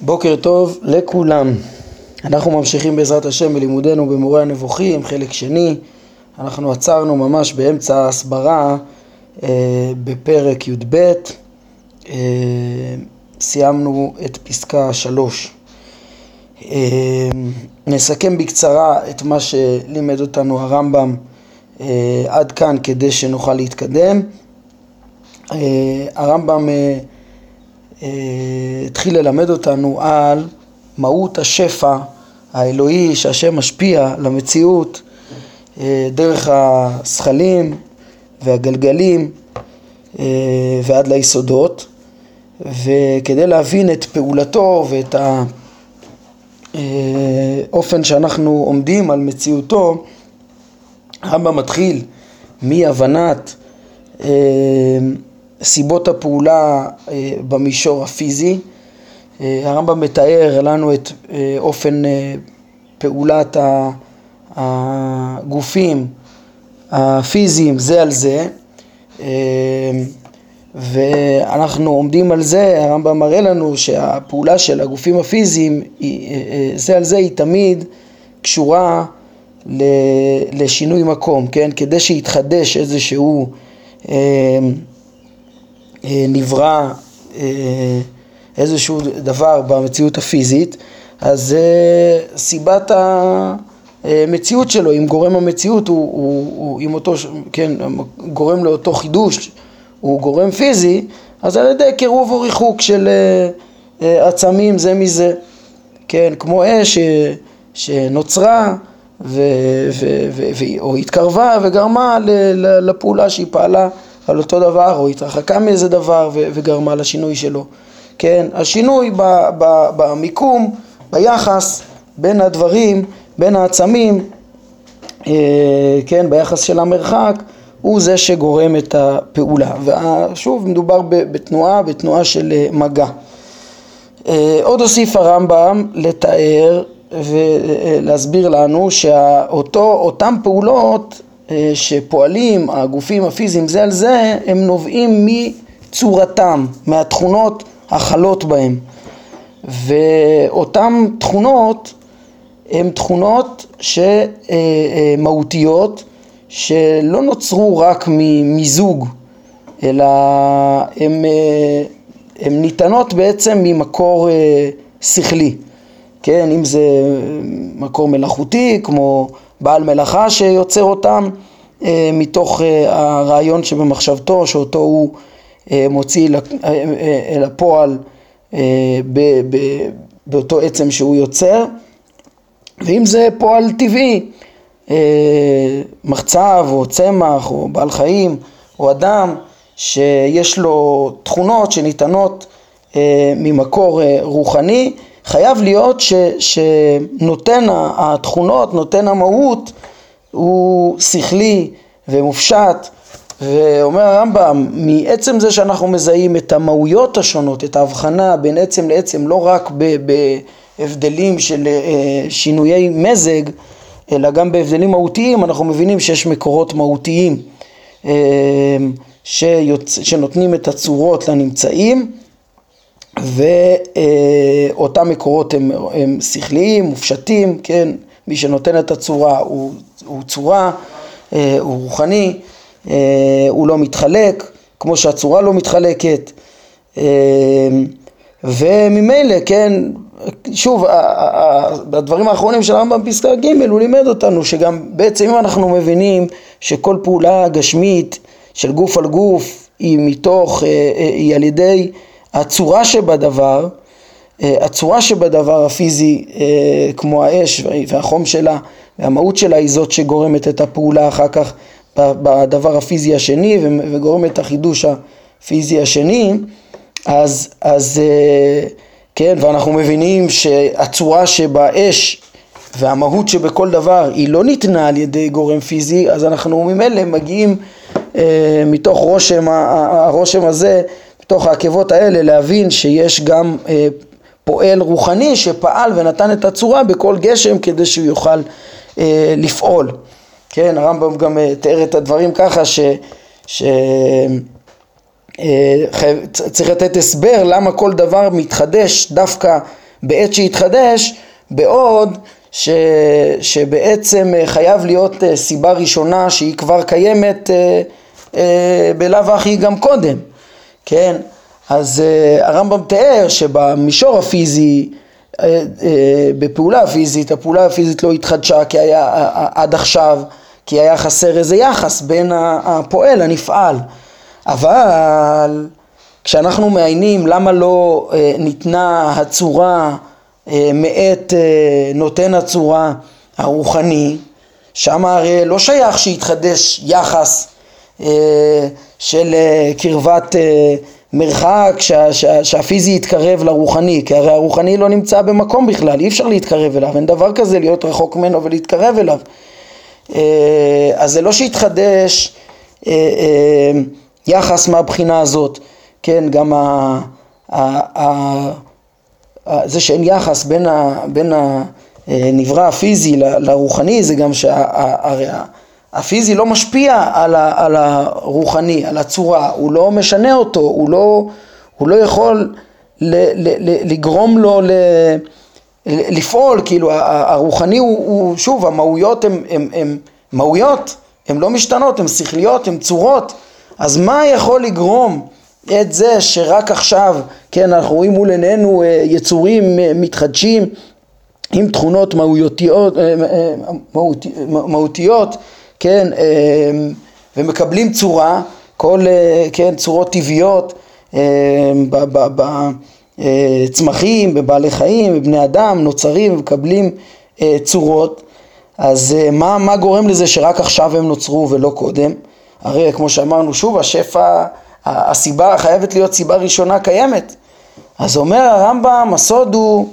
בוקר טוב לכולם. אנחנו ממשיכים בעזרת השם בלימודנו במורה הנבוכים, חלק שני. אנחנו עצרנו ממש באמצע ההסברה בפרק י"ב. סיימנו את פסקה 3. נסכם בקצרה את מה שלימד אותנו הרמב"ם עד כאן כדי שנוכל להתקדם. הרמב"ם התחיל ללמד אותנו על מהות השפע האלוהי שהשם משפיע למציאות דרך השכלים והגלגלים ועד ליסודות, וכדי להבין את פעולתו ואת האופן שאנחנו עומדים על מציאותו, הרמב"ם מתחיל מהבנת סיבות הפעולה במישור הפיזי. הרמב"ם מתאר לנו את אופן פעולת הגופים הפיזיים זה על זה, ואנחנו עומדים על זה. הרמב"ם מראה לנו שהפעולה של הגופים הפיזיים זה על זה היא תמיד קשורה לשינוי מקום, כן? כדי שיתחדש איזשהו נברא איזשהו דבר במציאות הפיזית, אז סיבת המציאות שלו, אם גורם המציאות הוא עם אותו, כן, גורם לאותו חידוש, הוא גורם פיזי, אז על ידי קירוב או ריחוק של עצמים זה מזה, כן, כמו אש שנוצרה או התקרבה וגרמה לפעולה שהיא פעלה על אותו דבר, או התרחקה מאיזה דבר וגרמה לשינוי שלו. כן, השינוי במיקום, ביחס בין הדברים, בין העצמים, כן, ביחס של המרחק, הוא זה שגורם את הפעולה. ושוב, מדובר בתנועה של מגע. עוד הוסיף הרמב"ם לתאר ולהסביר לנו שאותם פעולות שפועלים הגופים הפיזיים זה על זה, הם נובעים מצורתם, מהתכונות החלות בהם. ואותן תכונות הן תכונות מהותיות שלא נוצרו רק מזוג, אלא הן ניתנות בעצם ממקור שכלי. כן, אם זה מקור מלאכותי כמו בעל מלאכה שיוצר אותם מתוך הרעיון שבמחשבתו, שאותו הוא מוציא אל הפועל באותו עצם שהוא יוצר, ואם זה פועל טבעי, מחצב או צמח או בעל חיים או אדם שיש לו תכונות שניתנות ממקור רוחני, חייב להיות שנותן התכונות, נותן המהות, הוא שכלי ומופשט. ואומר הרמב"ם, מעצם זה שאנחנו מזהים את המהויות השונות, את ההבחנה בין עצם לעצם, לא רק בהבדלים של שינויי מזג, אלא גם בהבדלים מהותיים, אנחנו מבינים שיש מקורות מהותיים שנותנים את הצורות לנמצאים, ואותם מקורות הם שכליים, מופשטים, כן? מי שנותן את הצורה הוא צורה, הוא רוחני, הוא לא מתחלק, כמו שהצורה לא מתחלקת, וממילא, כן, שוב, בדברים האחרונים של הרמב"ם פסקה ג' הוא לימד אותנו שגם בעצם אם אנחנו מבינים שכל פעולה גשמית של גוף על גוף היא על ידי הצורה שבדבר, הצורה שבדבר הפיזי כמו האש והחום שלה והמהות שלה היא זאת שגורמת את הפעולה אחר כך בדבר הפיזי השני וגורמת את החידוש הפיזי השני, אז כן, ואנחנו מבינים שהצורה שבאש והמהות שבכל דבר היא לא ניתנה על ידי גורם פיזי, אז אנחנו ממילא מגיעים מתוך הרושם הזה, מתוך העקבות האלה, להבין שיש גם פועל רוחני שפעל ונתן את הצורה בכל גשם כדי שהוא יוכל לפעול. כן, הרמב"ם גם תיאר את הדברים ככה צריך לתת הסבר למה כל דבר מתחדש דווקא בעת שהתחדש, בעוד שבעצם חייב להיות סיבה ראשונה שהיא כבר קיימת בלאו הכי גם קודם, כן? אז הרמב"ם תיאר שבמישור הפיזי, בפעולה הפיזית, הפעולה הפיזית לא התחדשה כי היה עד עכשיו, כי היה חסר איזה יחס בין הפועל הנפעל, אבל כשאנחנו מעיינים למה לא ניתנה הצורה מאת נותן הצורה הרוחני, שם הרי לא שייך שיתחדש יחס של קרבת מרחק שהפיזי יתקרב לרוחני, כי הרי הרוחני לא נמצא במקום בכלל, אי אפשר להתקרב אליו, אין דבר כזה להיות רחוק ממנו ולהתקרב אליו. אז זה לא שיתחדש יחס מהבחינה הזאת, כן, גם זה שאין יחס בין הנברא הפיזי לרוחני, זה גם שהפיזי לא משפיע על הרוחני, על הצורה, הוא לא משנה אותו, הוא לא יכול לגרום לו לפעול, כאילו הרוחני הוא שוב, המהויות הן מהויות, הן לא משתנות, הן שכליות, הן צורות, אז מה יכול לגרום את זה שרק עכשיו, כן, אנחנו רואים מול עינינו יצורים מתחדשים עם תכונות מהותיות, כן, ומקבלים צורה, כל, כן, צורות טבעיות בצמחים, בבעלי חיים, בבני אדם, נוצרים ומקבלים צורות. אז מה גורם לזה שרק עכשיו הם נוצרו ולא קודם? הרי כמו שאמרנו שוב, השפע, הסיבה חייבת להיות סיבה ראשונה קיימת. אז אומר הרמב"ם, הסוד הוא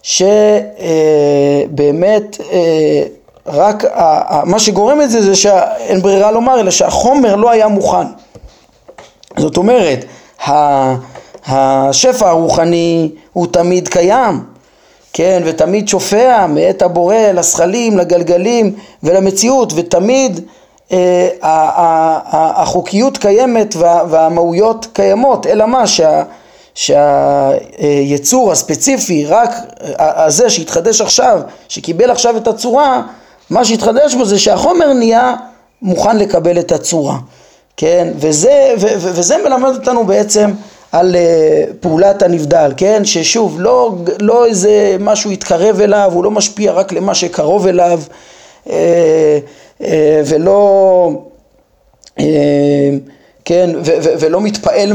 שבאמת רק מה שגורם את זה זה שאין ברירה לומר, אלא שהחומר לא היה מוכן. זאת אומרת, השפע הרוחני הוא תמיד קיים, כן, ותמיד שופע מאת הבורא לשכלים, לגלגלים ולמציאות, ותמיד החוקיות קיימת והמהויות קיימות, אלא מה שהיצור הספציפי, רק הזה שהתחדש עכשיו, שקיבל עכשיו את הצורה, מה שהתחדש בו זה שהחומר נהיה מוכן לקבל את הצורה, כן, וזה מלמד אותנו בעצם על פעולת הנבדל, כן, ששוב לא איזה משהו יתקרב אליו, הוא לא משפיע רק למה שקרוב אליו, ולא כן, ולא מתפעל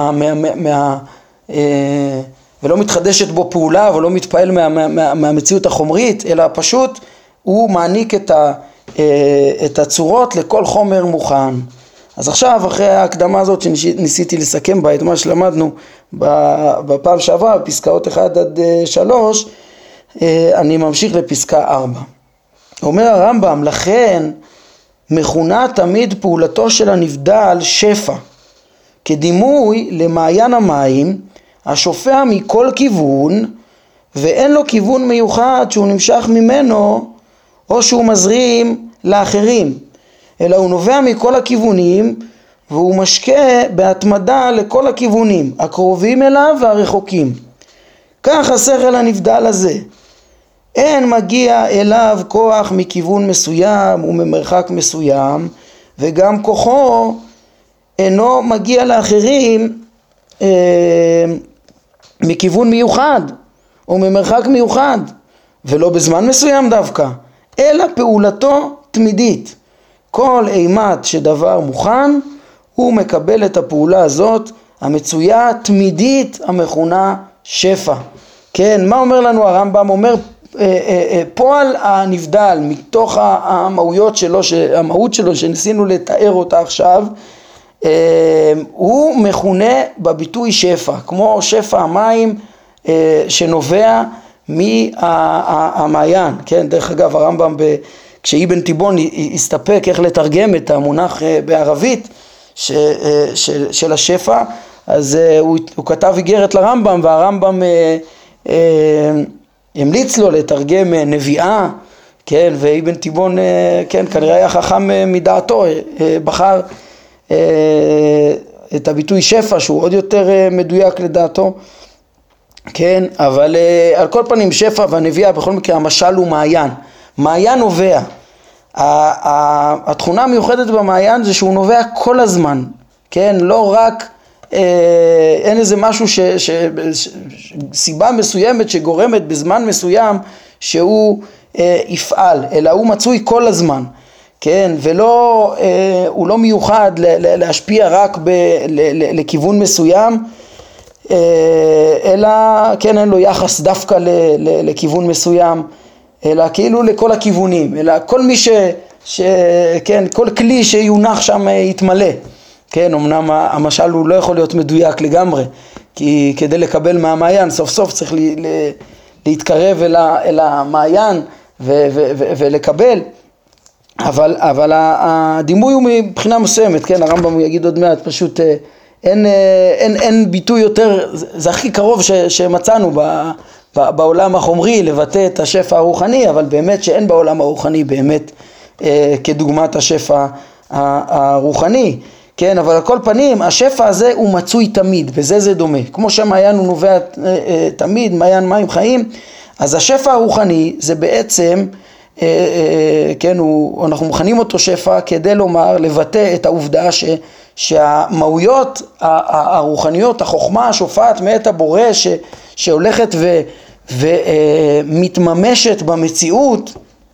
ולא מתחדשת בו פעולה, ולא מתפעל מהמציאות החומרית, אלא פשוט הוא מעניק את הצורות לכל חומר מוכן. אז עכשיו, אחרי ההקדמה הזאת שניסיתי לסכם בה את מה שלמדנו בפעם שעברה, פסקאות 1-3, אני ממשיך לפסקה 4. אומר הרמב"ם, לכן מכונה תמיד פעולתו של הנבדל שפע, כדימוי למעיין המים השופע מכל כיוון, ואין לו כיוון מיוחד שהוא נמשך ממנו או שהוא מזרים לאחרים, אלא הוא נובע מכל הכיוונים והוא משקה בהתמדה לכל הכיוונים, הקרובים אליו והרחוקים. כך השכל הנבדל הזה, אין מגיע אליו כוח מכיוון מסוים וממרחק מסוים, וגם כוחו אינו מגיע לאחרים מכיוון מיוחד או ממרחק מיוחד, ולא בזמן מסוים דווקא, אלא פעולתו תמידית. כל אימת שדבר מוכן, הוא מקבל את הפעולה הזאת, המצויה תמידית המכונה שפע. כן, מה אומר לנו הרמב"ם? אומר פועל הנבדל מתוך המהויות שלו, המהות שלו שניסינו לתאר אותה עכשיו, הוא מכונה בביטוי שפע, כמו שפע המים שנובע מהמעיין. כן, דרך אגב הרמב"ם כשאבן תיבון הסתפק איך לתרגם את המונח בערבית של השפע, אז הוא כתב איגרת לרמב"ם, והרמב"ם המליץ לו לתרגם נביאה, כן, ואבן תיבון, כן, כנראה היה חכם מדעתו, בחר את הביטוי שפע שהוא עוד יותר מדויק לדעתו, כן, אבל על כל פנים שפע והנביאה, בכל מקרה המשל הוא מעיין. מעיין נובע. התכונה המיוחדת במעיין זה שהוא נובע כל הזמן, כן, לא רק אין איזה משהו סיבה מסוימת שגורמת בזמן מסוים שהוא יפעל, אלא הוא מצוי כל הזמן, כן, ולא, הוא לא מיוחד להשפיע רק לכיוון מסוים, אלא כן, אין לו יחס דווקא לכיוון מסוים, אלא כאילו לכל הכיוונים, אלא כל מי כן, כל כלי שיונח שם יתמלא. כן, אמנם המשל הוא לא יכול להיות מדויק לגמרי, כי כדי לקבל מהמעיין סוף סוף צריך להתקרב אל המעיין ולקבל, אבל הדימוי הוא מבחינה מסוימת, כן, הרמב"ם יגיד עוד מעט, פשוט אין ביטוי יותר, זה הכי קרוב שמצאנו בעולם החומרי לבטא את השפע הרוחני, אבל באמת שאין בעולם הרוחני באמת כדוגמת השפע הרוחני, כן, אבל על כל פנים השפע הזה הוא מצוי תמיד, בזה זה דומה, כמו שהמעיין הוא נובע תמיד, מעיין מים חיים, אז השפע הרוחני זה בעצם, כן, אנחנו מכנים אותו שפע כדי לומר, לבטא את העובדה שהמהויות הרוחניות, החוכמה השופעת מאת הבורא שהולכת ומתממשת במציאות,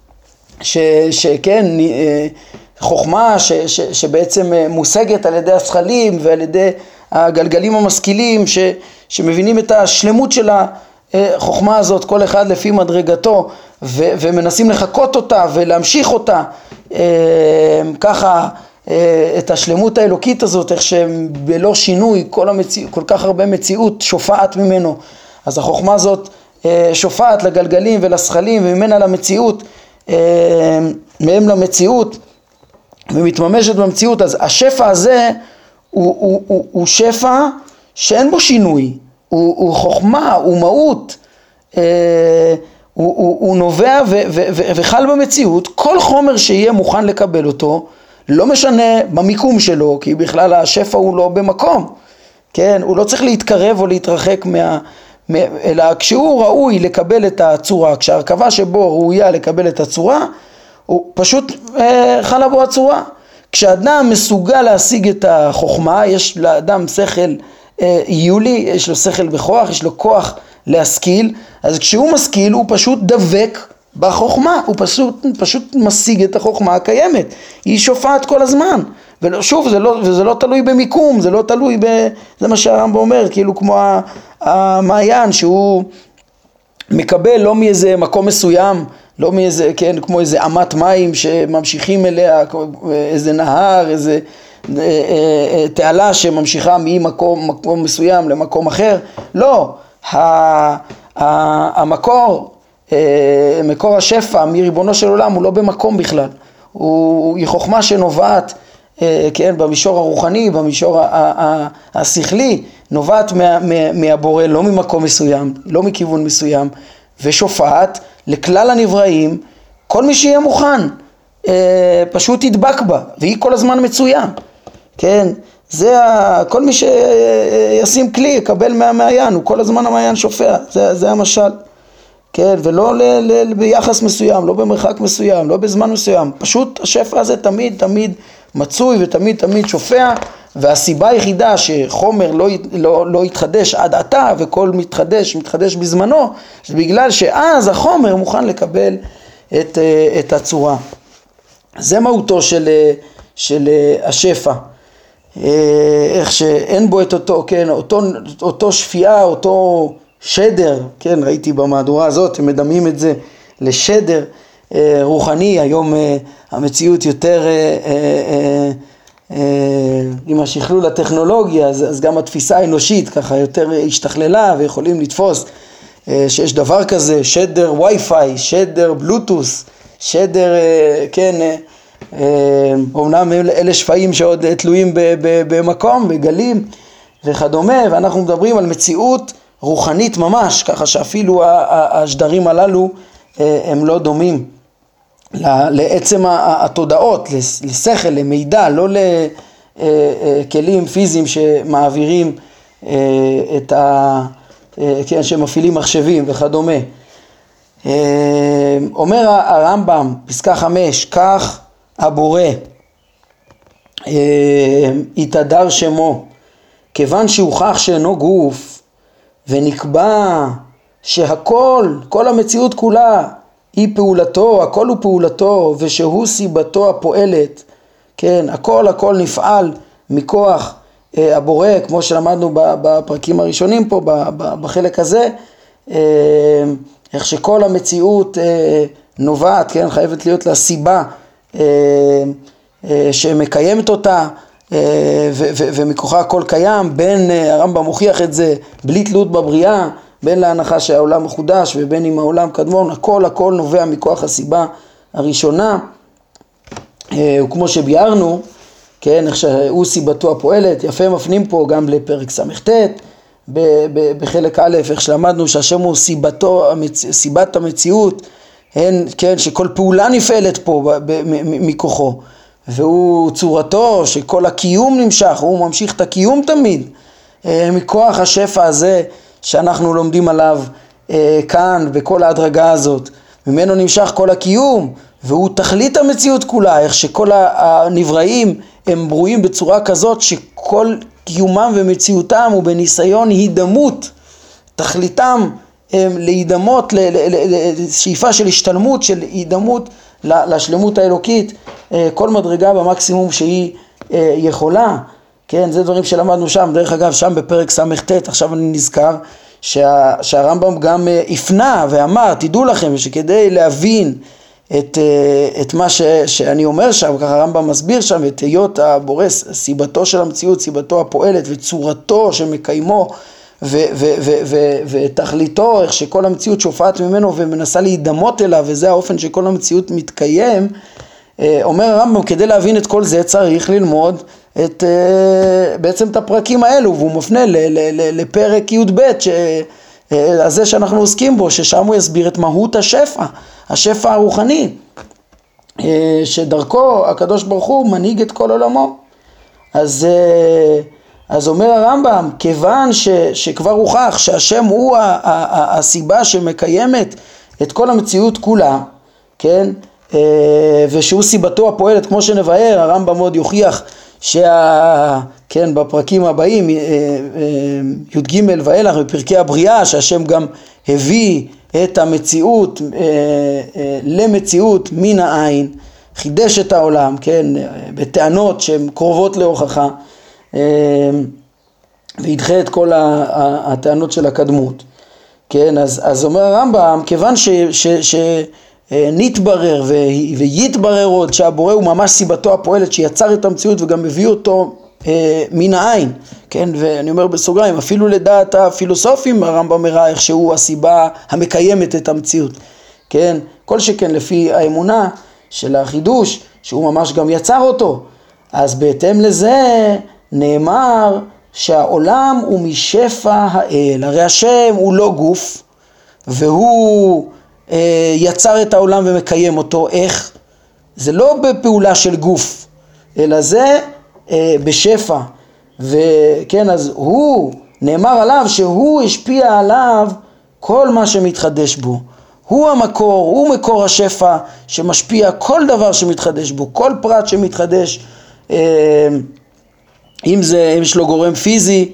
שכן, חוכמה שבעצם מושגת על ידי השכלים ועל ידי הגלגלים המשכילים שמבינים את השלמות של החוכמה הזאת, כל אחד לפי מדרגתו, ומנסים לחקות אותה ולהמשיך אותה, ככה את השלמות האלוקית הזאת, איך שבלא שינוי כל כך הרבה מציאות שופעת ממנו. אז החוכמה הזאת שופעת לגלגלים ולשכלים וממנה למציאות, מהם למציאות, ומתממשת במציאות. אז השפע הזה הוא שפע שאין בו שינוי, הוא חוכמה, הוא מהות, הוא נובע וחל במציאות. כל חומר שיהיה מוכן לקבל אותו, לא משנה במיקום שלו, כי בכלל השפע הוא לא במקום, כן, הוא לא צריך להתקרב או להתרחק אלא כשהוא ראוי לקבל את הצורה, כשהרכבה שבו ראויה לקבל את הצורה, הוא פשוט חלה בו הצורה. כשאדם מסוגל להשיג את החוכמה, יש לאדם שכל יולי, יש לו שכל בכוח, יש לו כוח להשכיל, אז כשהוא משכיל הוא פשוט דבק בחוכמה, הוא פשוט משיג את החוכמה הקיימת, היא שופעת כל הזמן, ושוב זה לא תלוי במיקום, זה לא תלוי זה מה שהרמב"ם אומר, כאילו כמו המעיין שהוא מקבל לא מאיזה מקום מסוים, לא מאיזה, כן, כמו איזה אמת מים שממשיכים אליה, איזה נהר, איזה תעלה שממשיכה ממקום מסוים למקום אחר, לא, המקור, מקור השפע מריבונו של עולם הוא לא במקום בכלל, היא חוכמה שנובעת, כן, במישור הרוחני, במישור השכלי, נובעת מהבורא, לא ממקום מסוים, לא מכיוון מסוים, ושופעת לכלל הנבראים, כל מי שיהיה מוכן, פשוט ידבק בה, והיא כל הזמן מצויה, כן, כל מי שישים כלי יקבל מהמעיין, הוא כל הזמן המעיין שופע, זה המשל, כן, ולא ביחס מסוים, לא במרחק מסוים, לא בזמן מסוים, פשוט השפע הזה תמיד מצוי ותמיד שופע, והסיבה היחידה שחומר לא יתחדש עד עתה וכל מתחדש בזמנו, זה בגלל שאז החומר מוכן לקבל את הצורה. זה מהותו של השפע, איך שאין בו את אותו, כן, אותו שפיעה, אותו שדר, כן, ראיתי במהדורה הזאת, הם מדמים את זה לשדר רוחני. היום המציאות יותר עם השכלול הטכנולוגיה, אז גם התפיסה האנושית ככה יותר השתכללה, ויכולים לתפוס שיש דבר כזה, שדר וי-פיי, שדר בלוטוס, שדר, כן, אומנם אלה שפעים שעוד תלויים במקום, בגלים וכדומה, ואנחנו מדברים על מציאות רוחנית ממש, ככה שאפילו השדרים הללו הם לא דומים לעצם התודעות, לשכל, למידע, לא לכלים פיזיים שמעבירים כן, שמפעילים מחשבים וכדומה. אומר הרמב"ם, פסקה 5, כך הבורא התהדר שמו, כיוון שהוכח שאינו גוף, ונקבע שהכל, כל המציאות כולה היא פעולתו, הכל הוא פעולתו, ושהוא סיבתו הפועלת, כן, הכל נפעל מכוח הבורא, כמו שלמדנו בפרקים הראשונים פה, בחלק הזה, איך שכל המציאות נובעת, כן, חייבת להיות לה סיבה שמקיימת אותה, ומכוחה הכל קיים, בין הרמב"ם מוכיח את זה בלי תלות בבריאה, בין להנחה שהעולם מחודש ובין עם העולם קדמון, הכל נובע מכוח הסיבה הראשונה, וכמו שביארנו, כן, איך שהוא סיבתו הפועלת, יפה מפנים פה גם לפרק ס"ט, בחלק א', איך שלמדנו שהשם הוא סיבת המציאות, כן, שכל פעולה נפעלת פה מכוחו, והוא צורתו, שכל הקיום נמשך, הוא ממשיך את הקיום תמיד, מכוח השפע הזה שאנחנו לומדים עליו כאן בכל ההדרגה הזאת, ממנו נמשך כל הקיום, והוא תכלית המציאות כולה, איך שכל הנבראים הם ברואים בצורה כזאת שכל קיומם ומציאותם הוא בניסיון הידמות, תכליתם הם להידמות, לשאיפה של השתלמות, של הידמות לשלמות האלוקית, כל מדרגה במקסימום שהיא יכולה, כן, זה דברים שלמדנו שם, דרך אגב שם בפרק ס"ט, עכשיו אני נזכר שהרמב"ם גם הפנה ואמר, תדעו לכם שכדי להבין את מה שאני אומר שם, ככה הרמב"ם מסביר שם, את היות הבורא, סיבתו של המציאות, סיבתו הפועלת וצורתו שמקיימו ותכליתו, איך שכל המציאות שופעת ממנו ומנסה להידמות אליו, וזה האופן שכל המציאות מתקיים. אומר הרמב"ם, כדי להבין את כל זה צריך ללמוד בעצם את הפרקים האלו, והוא מפנה לפרק י"ב הזה שאנחנו עוסקים בו, ששם הוא יסביר את מהות השפע הרוחני, שדרכו הקדוש ברוך הוא מנהיג את כל עולמו. אז אומר הרמב"ם, כיוון שכבר הוכח שהשם הוא הסיבה שמקיימת את כל המציאות כולה, כן, ושהוא סיבתו הפועלת, כמו שנבהר, הרמב"ם עוד יוכיח כן, בפרקים הבאים, י"ג ואילך בפרקי הבריאה, שהשם גם הביא את המציאות למציאות מן העין, חידש את העולם, כן, בטענות שהן קרובות להוכחה, וידחה את כל הטענות של הקדמות. כן, אז אומר הרמב"ם, כיוון נתברר ויתברר עוד שהבורא הוא ממש סיבתו הפועלת שיצר את המציאות וגם מביא אותו מן העין, כן, ואני אומר בסוגריים, אפילו לדעת הפילוסופים הרמב"ם הראה איך שהוא הסיבה המקיימת את המציאות, כן, כל שכן לפי האמונה של החידוש שהוא ממש גם יצר אותו. אז בהתאם לזה נאמר שהעולם הוא משפע האל, הרי השם הוא לא גוף והוא יצר את העולם ומקיים אותו. איך? זה לא בפעולה של גוף, אלא זה בשפע. וכן, אז הוא, נאמר עליו שהוא השפיע עליו כל מה שמתחדש בו. הוא המקור, הוא מקור השפע שמשפיע כל דבר שמתחדש בו, כל פרט שמתחדש. אם יש לו גורם פיזי,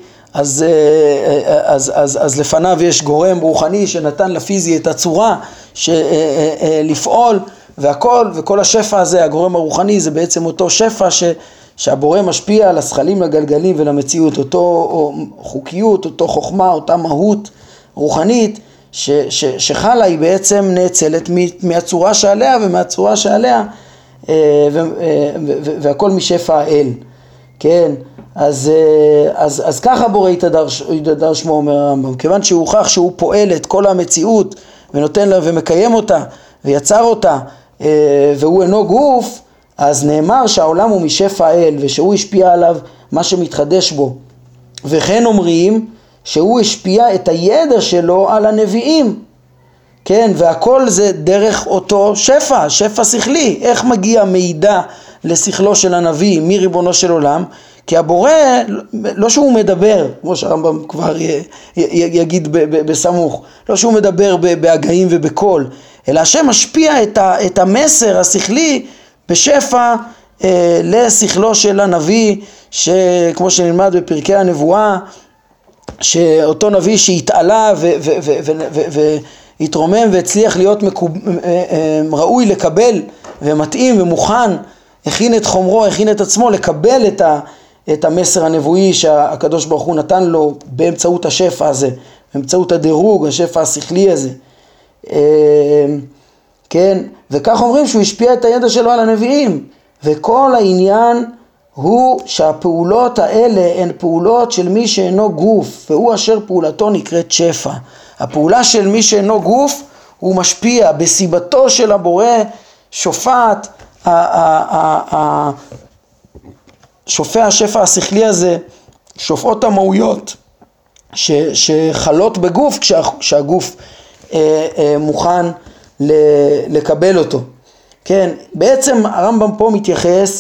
אז לפניו יש גורם רוחני שנתן לפיזי את הצורה לפעול, וכל השפע הזה, הגורם הרוחני, זה בעצם אותו שפע שהבורא משפיע על השכלים, לגלגלים ולמציאות, אותו חוקיות, אותו חוכמה, אותה מהות רוחנית שחלה, היא בעצם נאצלת מהצורה שעליה ומהצורה שעליה, והכל משפע האל. כן, אז ככה בורא התהדר שמו, אומר הרמב"ם, כיוון שהוא הוכח שהוא פועל את כל המציאות ונותן לה ומקיים אותה ויצר אותה, והוא אינו גוף, אז נאמר שהעולם הוא משפע האל ושהוא השפיע עליו מה שמתחדש בו. וכן אומרים שהוא השפיע את הידע שלו על הנביאים, כן, והכל זה דרך אותו שפע שכלי. איך מגיע מידע לשכלו של הנביא מריבונו של עולם? כי הבורא, לא שהוא מדבר, כמו שהרמב"ם כבר יגיד בסמוך, לא שהוא מדבר בהגאים ובקול, אלא השם משפיע את המסר השכלי בשפע לשכלו של הנביא, שכמו שנלמד בפרקי הנבואה, שאותו נביא שהתעלה והתרומם והצליח להיות ראוי לקבל ומתאים ומוכן, הכין את חומרו, הכין את עצמו לקבל את המסר הנבואי שהקדוש ברוך הוא נתן לו באמצעות השפע הזה, באמצעות הדירוג, השפע השכלי הזה. כן, וכך אומרים שהוא השפיע את הידע שלו על הנביאים, וכל העניין הוא שהפעולות האלה הן פעולות של מי שאינו גוף, והוא אשר פעולתו נקראת שפע. הפעולה של מי שאינו גוף הוא משפיע בסיבתו של הבורא, שופעת שופע השפע השכלי הזה, שופעות המהויות שחלות בגוף כשהגוף מוכן לקבל אותו. כן, בעצם הרמב"ם פה מתייחס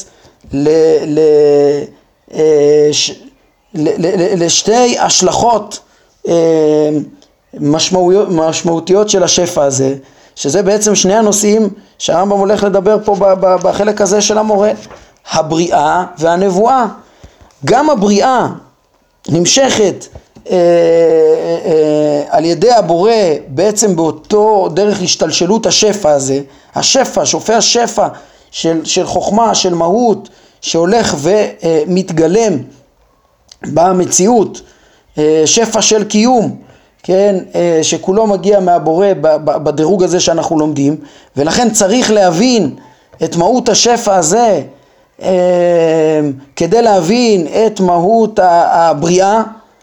לשתי השלכות משמעותיות של השפע הזה, שזה בעצם שני הנושאים שהרמב"ם הולך לדבר פה בחלק הזה של המורה, הבריאה והנבואה. גם הבריאה נמשכת על ידי הבורא בעצם באותו דרך השתלשלות השפע הזה, השפע, שופע השפע של חוכמה, של מהות, שהולך ומתגלם במציאות, שפע של קיום, כן, שכולו מגיע מהבורא בדירוג הזה שאנחנו לומדים, ולכן צריך להבין את מהות השפע הזה כדי להבין את מהות הבריאה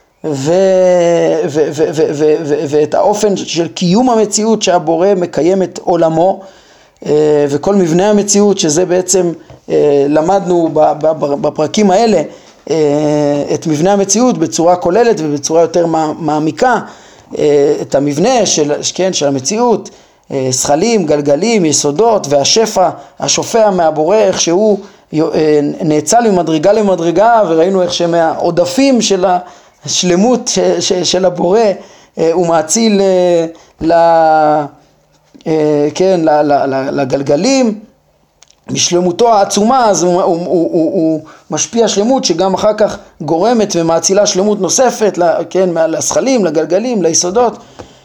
ואת האופן של קיום המציאות שהבורא מקיים את עולמו, וכל מבנה המציאות, שזה בעצם למדנו בפרקים האלה את מבנה המציאות בצורה כוללת ובצורה יותר מעמיקה, את המבנה של המציאות, שכלים, גלגלים, יסודות, והשפע השופע מהבורא, איך שהוא נאצל ממדרגה למדרגה, וראינו איך שמהעודפים של השלמות של הבורא הוא מאציל לגלגלים משלמותו העצומה, אז הוא משפיע שלמות שגם אחר כך גורמת ומאצילה שלמות נוספת, כן, לשכלים, לגלגלים, ליסודות,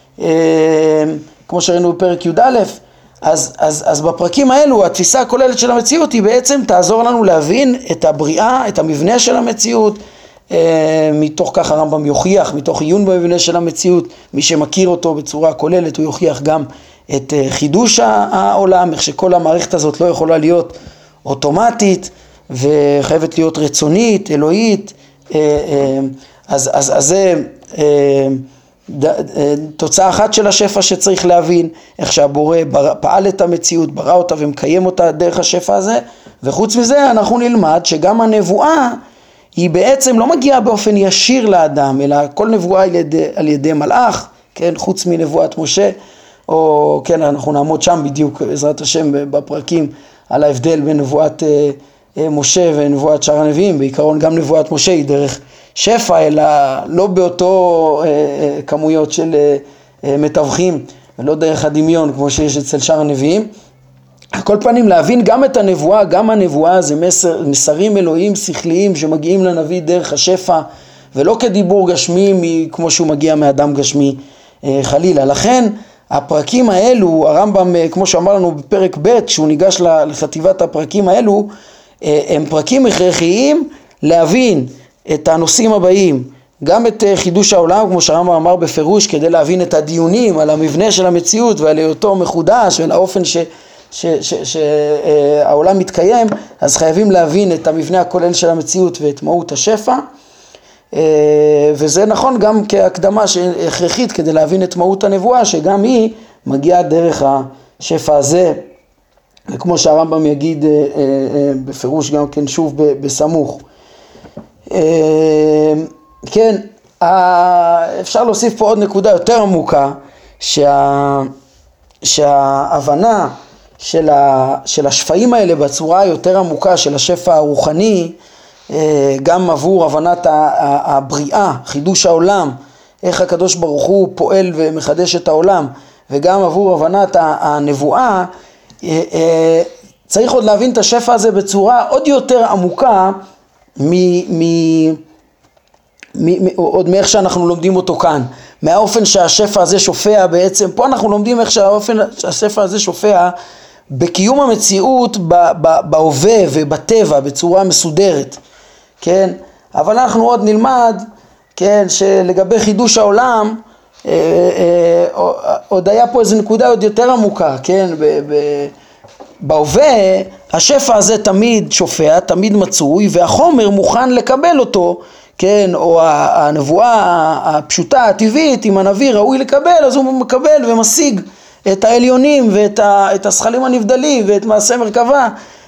כמו שראינו בפרק י"א. אז בפרקים האלו התפיסה הכוללת של המציאות היא בעצם תעזור לנו להבין את הבריאה, את המבנה של המציאות, מתוך כך הרמב"ם יוכיח, מתוך עיון במבנה של המציאות, מי שמכיר אותו בצורה כוללת הוא יוכיח גם את חידוש העולם, איך שכל המערכת הזאת לא יכולה להיות אוטומטית וחייבת להיות רצונית, אלוהית. אז זה תוצאה אחת של השפע שצריך להבין, איך שהבורא פעל את המציאות, ברא אותה ומקיים אותה דרך השפע הזה. וחוץ מזה אנחנו נלמד שגם הנבואה היא בעצם לא מגיעה באופן ישיר לאדם, אלא כל נבואה על ידי מלאך, כן, חוץ מנבואת משה, או כן, אנחנו נעמוד שם בדיוק בעזרת השם בפרקים על ההבדל בין נבואת משה ונבואת שאר הנביאים. בעיקרון גם נבואת משה היא דרך שפע, אלא לא באותו כמויות של מתווכים, ולא דרך הדמיון כמו שיש אצל שאר הנביאים. על כל פנים להבין גם את הנבואה, גם הנבואה זה מסרים אלוהים שכליים שמגיעים לנביא דרך השפע, ולא כדיבור גשמי כמו שהוא מגיע מאדם גשמי חלילה. לכן הפרקים האלו, הרמב"ם כמו שאמר לנו בפרק ב' כשהוא ניגש לחטיבת הפרקים האלו, הם פרקים הכרחיים להבין את הנושאים הבאים, גם את חידוש העולם כמו שהרמב"ם אמר בפירוש, כדי להבין את הדיונים על המבנה של המציאות ועל היותו מחודש ועל האופן שהעולם מתקיים, אז חייבים להבין את המבנה הכולל של המציאות ואת מהות השפע, וזה נכון גם כהקדמה הכרחית כדי להבין את מהות הנבואה, שגם היא מגיעה דרך השפע הזה, וכמו שהרמב"ם יגיד בפירוש גם כן שוב בסמוך. כן, אפשר להוסיף פה עוד נקודה יותר עמוקה, שההבנה של השפעים האלה בצורה יותר עמוקה של השפע הרוחני, גם עבור הבנת הבריאה, חידוש העולם, איך הקדוש ברוך הוא פועל ומחדש את העולם, וגם עבור הבנת הנבואה, צריך עוד להבין את השפע הזה בצורה עוד יותר עמוקה עוד מאיך שאנחנו לומדים אותו כאן, מהאופן שהשפע הזה שופע בעצם. פה אנחנו לומדים איך שהשפע הזה שופע בקיום המציאות בהווה ובטבע בצורה מסודרת, כן? אבל אנחנו עוד נלמד, כן, שלגבי חידוש העולם עוד היה פה איזו נקודה עוד יותר עמוקה, כן? בהווה השפע הזה תמיד שופע, תמיד מצוי, והחומר מוכן לקבל אותו, כן? או הנבואה הפשוטה, הטבעית, אם הנביא ראוי לקבל, אז הוא מקבל ומשיג את העליונים ואת השכלים הנבדלים ואת מעשה מרכבה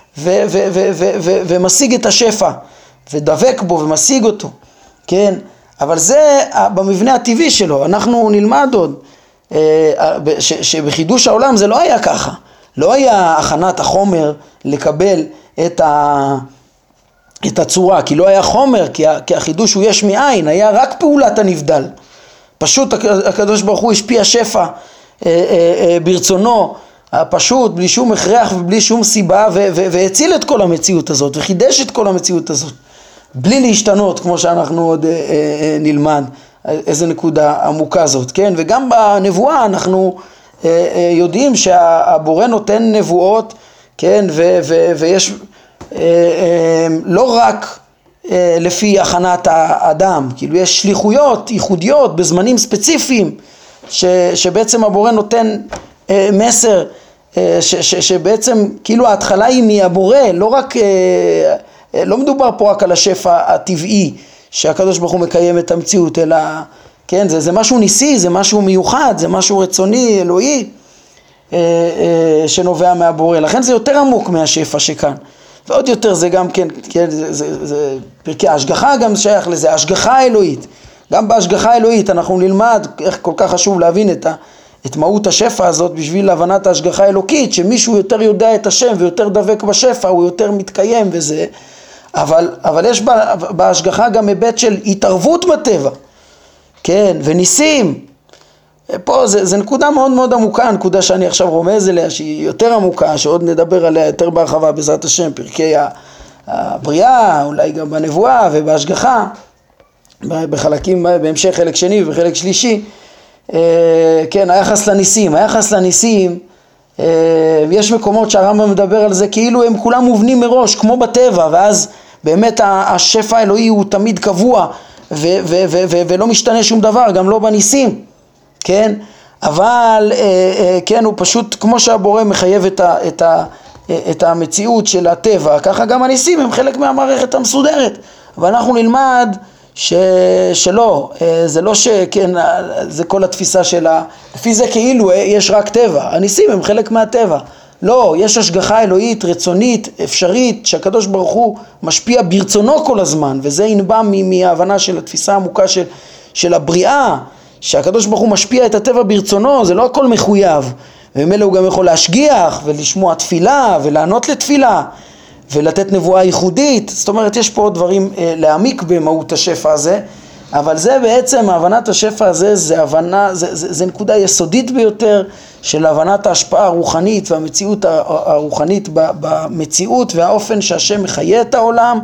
ומשיג את השפע ודבק בו ומשיג אותו, כן? אבל זה במבנה הטבעי שלו. אנחנו נלמד עוד שבחידוש העולם זה לא היה ככה, לא היה הכנת החומר לקבל את הצורה, כי לא היה חומר, כי החידוש הוא יש מאין, היה רק פעולת הנבדל. פשוט הקדוש ברוך הוא השפיע שפע ברצונו הפשוט, בלי שום הכרח ובלי שום סיבה, והציל את כל המציאות הזאת וחידש את כל המציאות הזאת בלי להשתנות, כמו שאנחנו עוד נלמד איזה נקודה עמוקה זאת, כן? וגם בנבואה אנחנו יודעים שהבורא נותן נבואות, כן? ויש לא רק לפי הכנת האדם, כאילו יש שליחויות ייחודיות בזמנים ספציפיים שבעצם הבורא נותן מסר שבעצם כאילו ההתחלה היא מהבורא, לא רק לא מדובר פה רק על השפע הטבעי שהקדוש ברוך הוא מקיים את המציאות, אלא כן, זה משהו ניסי, זה משהו מיוחד, זה משהו רצוני, אלוהי שנובע מהבורא. לכן זה יותר עמוק מהשפע שכאן, ועוד יותר זה גם כן, זה פרקי ההשגחה גם שייך לזה, השגחה האלוהית. גם בהשגחה האלוהית אנחנו נלמד איך כל כך חשוב להבין את מהות השפע הזאת בשביל הבנת ההשגחה האלוקית, שמישהו יותר יודע את השם ויותר דבק בשפע, הוא יותר מתקיים וזה, אבל יש בהשגחה גם היבט של התערבות בטבע, כן, וניסים. פה זה נקודה מאוד מאוד עמוקה, נקודה שאני עכשיו רומז אליה, שהיא יותר עמוקה, שעוד נדבר עליה יותר בהרחבה בעזרת השם, פרקי הבריאה, אולי גם בנבואה ובהשגחה, בחלקים, בהמשך חלק שני וחלק שלישי. כן, היחס לניסים, יש מקומות שהרמב"ם מדבר על זה כאילו הם כולם מובנים מראש, כמו בטבע, ואז באמת השפע האלוהי הוא תמיד קבוע, ולא משתנה שום דבר, גם לא בניסים, כן? אבל כן, הוא פשוט כמו שהבורא מחייב את המציאות של הטבע, ככה גם הניסים הם חלק מהמערכת המסודרת. ואנחנו נלמד שלא, זה לא שכן, זה כל התפיסה שלה, לפי זה כאילו יש רק טבע, הניסים הם חלק מהטבע. לא, יש השגחה אלוהית, רצונית, אפשרית, שהקדוש ברוך הוא משפיע ברצונו כל הזמן, וזה ינבע מההבנה של התפיסה העמוקה של הבריאה, שהקדוש ברוך הוא משפיע את הטבע ברצונו, זה לא הכל מחויב, וממילא הוא גם יכול להשגיח ולשמוע תפילה ולענות לתפילה ולתת נבואה ייחודית. זאת אומרת, יש פה דברים להעמיק במהות השפע הזה, אבל זה בעצם, הבנת השפע הזה, זה נקודה יסודית ביותר של הבנת ההשפעה הרוחנית והמציאות הרוחנית במציאות, והאופן שהשם מחיה את העולם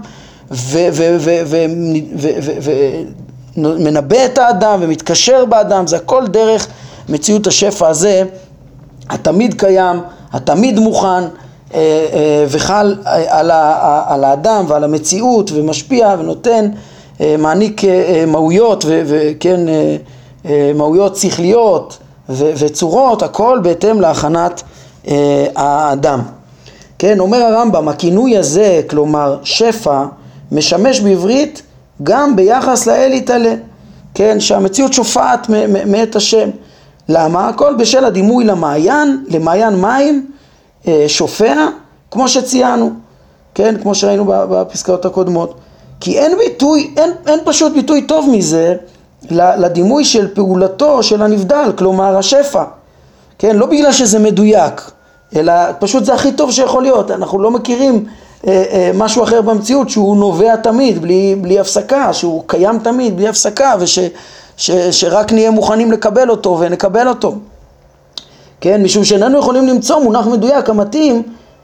ומנבא את האדם ומתקשר באדם. זה הכל דרך מציאות השפע הזה, התמיד קיים, התמיד מוכן, וחל על האדם ועל המציאות, ומשפיע ונותן, מעניק מהויות וכן מהויות שכליות וצורות, הכל בהתאם להכנת האדם. כן, אומר הרמב"ם, הכינוי הזה, כלומר שפע, משמש בעברית גם ביחס לאל יתעלה, כן, שהמציאות שופעת מאת השם. למה? הכל בשל הדימוי למעיין מים שופע, כמו שציינו, כן, כמו שראינו בפסקאות הקודמות. כי אין פשוט ביטוי טוב מזה לדימוי של פעולתו של הנבדל, כלומר השפע, כן, לא בגלל שזה מדויק, אלא פשוט זה הכי טוב שיכול להיות. אנחנו לא מכירים משהו אחר במציאות שהוא נובע תמיד בלי הפסקה, שהוא קיים תמיד בלי הפסקה, שרק נהיה מוכנים לקבל אותו ונקבל אותו. כן, משום שאיננו יכולים למצוא מונח מדויק המתאים,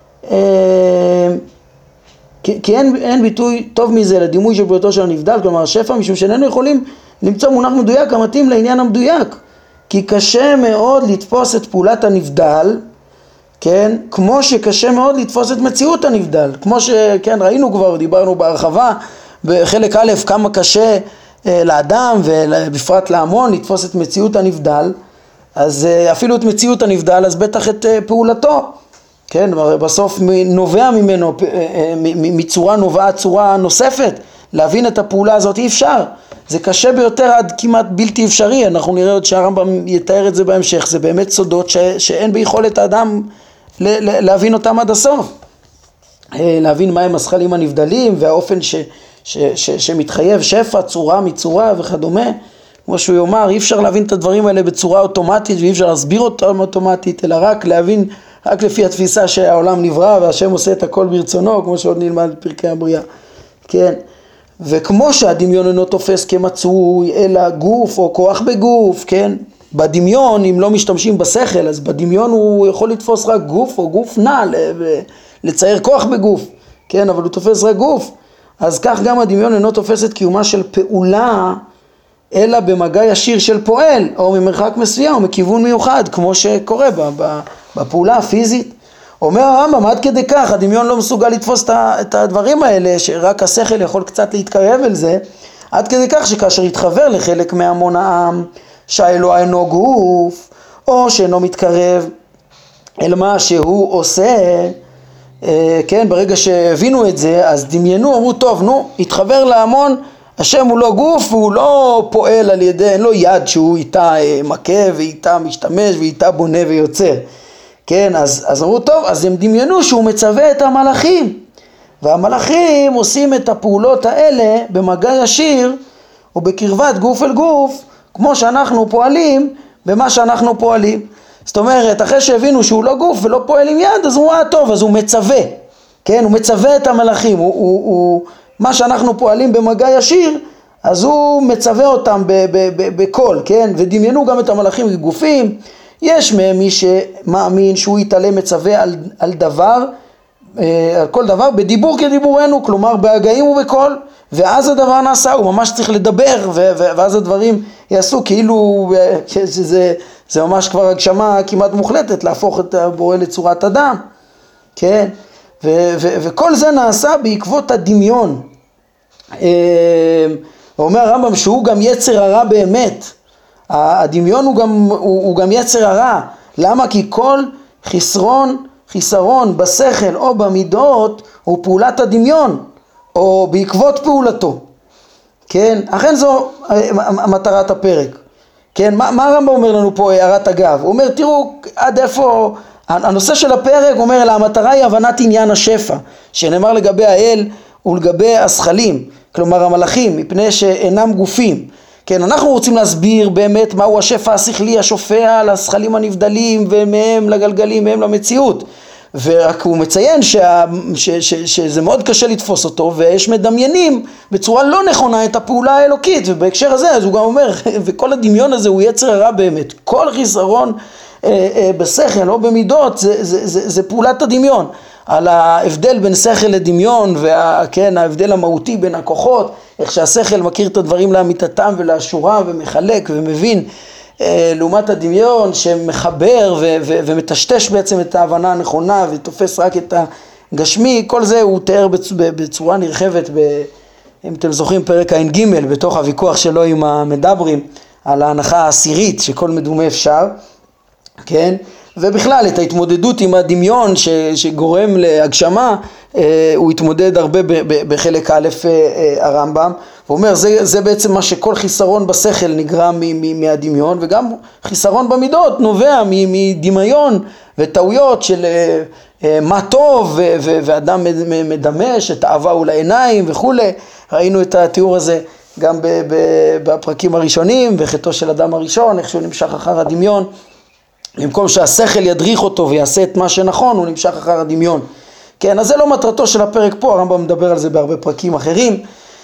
כי אין ביטוי טוב מזה לדימוי של פעולתו של הנבדל, כלומר השפע, משום שאיננו יכולים למצוא מונח מדויק המתאים לעניין המדויק, כי קשה מאוד לתפוס את פעולת הנבדל, כן, כמו שקשה מאוד לתפוס את מציאות הנבדל, כמו שכן ראינו כבר, דיברנו בהרחבה בחלק א' כמה קשה לאדם ובפרט להמון לתפוס את מציאות הנבדל, אז אפילו את מציאות הנבדל, אז בטח את פעולתו, כן, בסוף נובע ממנו, מצורה נובעת צורה נוספת, להבין את הפעולה הזאת אי אפשר, זה קשה ביותר עד כמעט בלתי אפשרי, אנחנו נראה עוד שהרמב"ם יתאר את זה בהמשך, זה באמת סודות שאין ביכולת האדם להבין אותם עד הסוף, להבין מהם הזכלים הנבדלים והאופן שמתחייב שפע, צורה מצורה וכדומה, כמו שהוא יאמר, אי אפשר להבין את הדברים האלה בצורה אוטומטית ואי אפשר להסביר אותם אוטומטית, אלא רק להבין, רק לפי התפיסה שהעולם נברא והשם עושה את הכל ברצונו, כמו שעוד נלמד פרקי הבריאה, כן? וכמו שהדמיון אינו תופס כמצוי אלא גוף או כוח בגוף, כן? בדמיון, אם לא משתמשים בשכל, אז בדמיון הוא יכול לתפוס רק גוף או גוף נע, לצייר כוח בגוף, כן? אבל הוא תופס רק גוף, אז כך גם הדמיון אינו תופס את קיומה של פעולה, אלא במגע ישיר של פועל, או ממרחק מסוים, או מכיוון מיוחד, כמו שקורה בפעולה הפיזית. אומר הרמב"ם, עד כדי כך, הדמיון לא מסוגל לתפוס את הדברים האלה, שרק השכל יכול קצת להתקרב אל זה, עד כדי כך שכאשר יתחבר לחלק מהמון העם, שהאלוה אינו גוף, או שאינו מתקרב אל מה שהוא עושה, כן, ברגע שהבינו את זה, אז דמיינו, אמרו, טוב, נו, התחבר להמון, השם הוא לא גוף, הוא לא פועל על ידי, אין לו יד שהוא איתה מכה ואיתה משתמש ואיתה בונה ויוצר, כן, אז אמרו, טוב, אז הם דמיינו שהוא מצווה את המלאכים, והמלאכים עושים את הפעולות האלה במגע ישיר ובקרבת גוף אל גוף, כמו שאנחנו פועלים במה שאנחנו פועלים. זאת אומרת, אחרי שהבינו שהוא לא גוף ולא פועל עם יד, אז הוא טוב, אז הוא מצווה, כן, הוא מצווה את המלאכים, מה שאנחנו פועלים במגע ישיר, אז הוא מצווה אותם בכל, כן, ודמיינו גם את המלאכים כגופים. יש מהם מי שמאמין שהוא יתעלה מצווה על דבר, על כל דבר, בדיבור כדיבורנו, כלומר בהגאים ובקול, ואז הדבר נעשה, הוא ממש צריך לדבר, ואז הדברים יעשו כאילו זה ממש כבר הגשמה כמעט מוחלטת, להפוך את הבורא לצורת אדם, כן, וכל זה נעשה בעקבות הדמיון. אומר הרמב"ם שהוא גם יצר הרע באמת, הדמיון הוא גם יצר הרע. למה? כי כל חיסרון בשכל או במידות הוא פעולת הדמיון, או בעקבות פעולתו. כן? אכן זו מטרת הפרק. כן? מה הרמב"ם אומר לנו פה, הערת אגב? הוא אומר, תראו עד איפה, הנושא של הפרק אומר, אלא המטרה היא הבנת עניין השפע, שנאמר לגבי האל ולגבי הזכלים, כלומר המלאכים, מפני שאינם גופים. כן, אנחנו רוצים להסביר באמת מהו השפע השכלי השופע לזכלים הנבדלים ומהם לגלגלים, מהם למציאות. ורק הוא מציין שזה מאוד קשה לתפוס אותו, ויש מדמיינים בצורה לא נכונה את הפעולה האלוקית, ובהקשר הזה אז הוא גם אומר, וכל הדמיון הזה הוא יצר הרע באמת, כל חיסרון בשכל או במידות זה פעולת הדמיון. על ההבדל בין שכל לדמיון, וכן, ההבדל המהותי בין הכוחות, איך שהשכל מכיר את הדברים לאמיתתם ולאשורם ומחלק ומבין, לעומת הדמיון שמחבר ומטשטש בעצם את ההבנה הנכונה ותופס רק את הגשמי. כל זה הוא תיאר בצורה נרחבת, אם אתם זוכרים פרק ע"ג בתוך הוויכוח שלו עם המדברים על ההנחה העשירית שכל מדומה אפשר, כן, ובכלל את ההתמודדות עם הדמיון שגורם להגשמה, הוא התמודד הרבה בחלק א' הרמב"ם, הוא אומר זה בעצם מה שכל חיסרון בשכל נגרם מהדמיון, וגם חיסרון במידות נובע מדמיון וטעויות של מה טוב, ואדם מדמש את האהבה הוא לעיניים וכו'. ראינו את התיאור הזה גם בפרקים הראשונים, וחטאו של אדם הראשון, איך שהוא נמשך אחר הדמיון, במקום שהשכל ידריך אותו ויעשה את מה שנכון, הוא נמשך אחר הדמיון. כן, אז זה לא מטרתו של הפרק פה, הרמב"ם מדבר על זה בהרבה פרקים אחרים,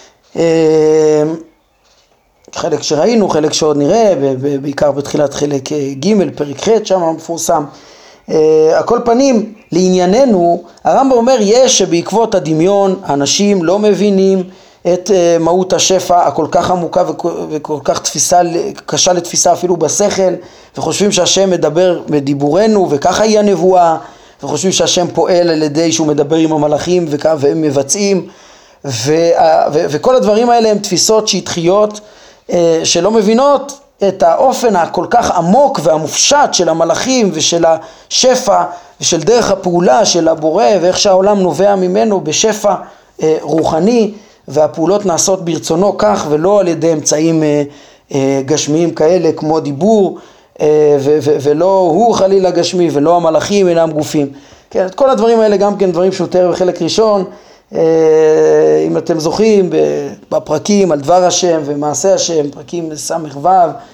חלק שראינו, חלק שעוד נראה, בעיקר בתחילת חלק ג' פרק ח' שם המפורסם. הכל פנים, לענייננו, הרמב"ם אומר יש שבעקבות הדמיון אנשים לא מבינים את מהות השפע הכל כך עמוקה וכל כך קשה לתפיסה אפילו בשכל, וחושבים שהשם מדבר בדיבורנו וככה היא הנבואה, וחושבים שהשם פועל על ידי שהוא מדבר עם המלאכים והם מבצעים, וכל הדברים האלה הם תפיסות שטחיות שלא מבינות את האופן הכל כך עמוק והמופשט של המלאכים ושל השפע ושל דרך הפעולה של הבורא ואיך שהעולם נובע ממנו בשפע רוחני, והפעולות נעשות ברצונו כך ולא על ידי אמצעים גשמיים כאלה כמו דיבור, ולא הוא חלילה גשמי ולא המלאכים אינם גופים. כן, את כל הדברים האלה גם כן דברים שהוא תיאר בחלק ראשון, אם אתם זוכרים בפרקים על דבר השם ומעשה השם, פרקים סמ"ו,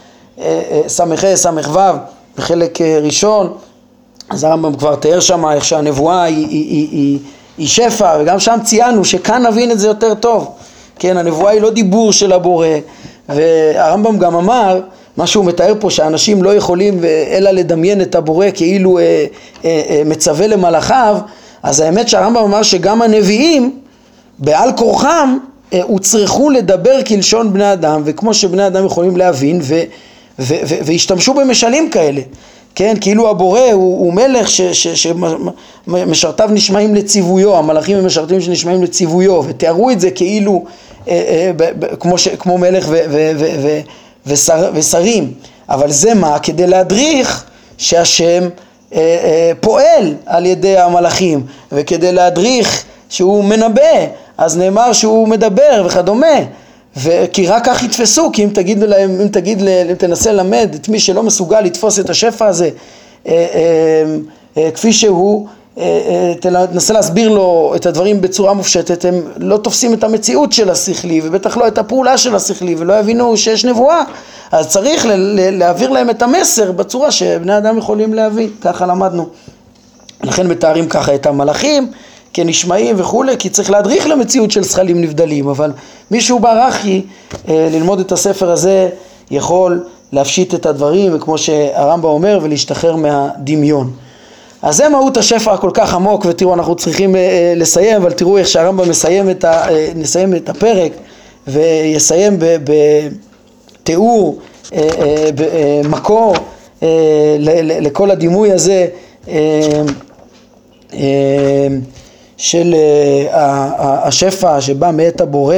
סמ"ו בחלק ראשון, אז הרמב"ם כבר תיאר שם איך שהנבואה היא שפע, וגם שם ציינו שכאן נבין את זה יותר טוב. כן, הנבואה היא לא דיבור של הבורא, והרמב"ם גם אמר, מה שהוא מתאר פה שאנשים לא יכולים אלא לדמיין את הבורא כאילו מצווה למלאכיו, אז האמת שהרמב"ם אמר שגם הנביאים בעל כורחם הוצרכו לדבר כלשון בני אדם, וכמו שבני אדם יכולים להבין והשתמשו במשלים כאלה, כן, כאילו הבורא הוא מלך שמשרתיו נשמעים לציוויו, המלאכים הם משרתים שנשמעים לציוויו, ותיארו את זה כאילו כמו מלך ושרים, אבל זה מה? כדי להדריך שהשם פועל על ידי המלאכים, וכדי להדריך שהוא מנבא, אז נאמר שהוא מדבר וכדומה, כי רק כך יתפסו, כי אם תנסה ללמד את מי שלא מסוגל לתפוס את השפע הזה כפי שהוא, תנסה להסביר לו את הדברים בצורה מופשטת, הם לא תופסים את המציאות של השכלי ובטח לא את הפעולה של השכלי ולא יבינו שיש נבואה, אז צריך להעביר להם את המסר בצורה שבני אדם יכולים להבין, ככה למדנו. לכן מתארים ככה את המלאכים כנשמעים וכולי, כי צריך להדריך למציאות של שכלים נבדלים, אבל מישהו ברחי ללמוד את הספר הזה יכול להפשיט את הדברים, וכמו שהרמב"ם אומר, ולהשתחרר מהדמיון. אז זה מהות השפע הכל כך עמוק, ותראו אנחנו צריכים לסיים, אבל תראו איך שהרמב"ם נסיים את הפרק, ויסיים בתיאור, במקור לכל הדימוי הזה, של השפע שבא מאת הבורא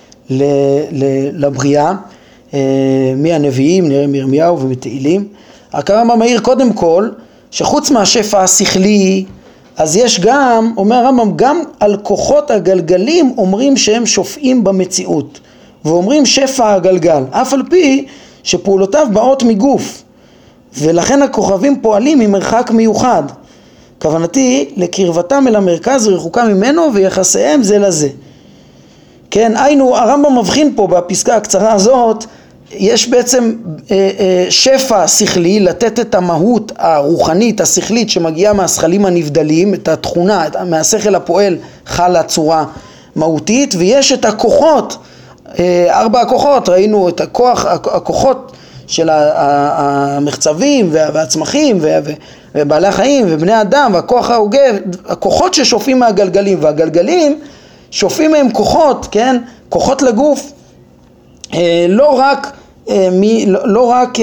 לבריאה, מהנביאים, נראה מירמיהו ומתהילים. הרמב"ם מעיר קודם כל שחוץ מהשפע השכלי, אז יש גם, אומר הרמב"ם, גם על כוחות הגלגלים אומרים שהם שופעים במציאות, ואומרים שפע הגלגל, אף על פי שפעולותיו באות מגוף, ולכן הכוכבים פועלים ממרחק מיוחד. כוונתי לקרבתם אל המרכז ורחוקה ממנו ויחסיהם זה לזה. כן, היינו, הרמב"ם מבחין פה בפסקה הקצרה הזאת, יש בעצם שפע שכלי, לתת את המהות הרוחנית, השכלית שמגיעה מהשכלים הנבדלים, את התכונה, מהשכל הפועל חלה צורה מהותית, ויש את הכוחות, 4 הכוחות, ראינו את הכוחות של המחצבים והצמחים ובעלי החיים ובני אדם, והכוח ההוגה, הכוחות ששופעים מהגלגלים, והגלגלים שופעים מהם כוחות, כן? כוחות לגוף, לא רק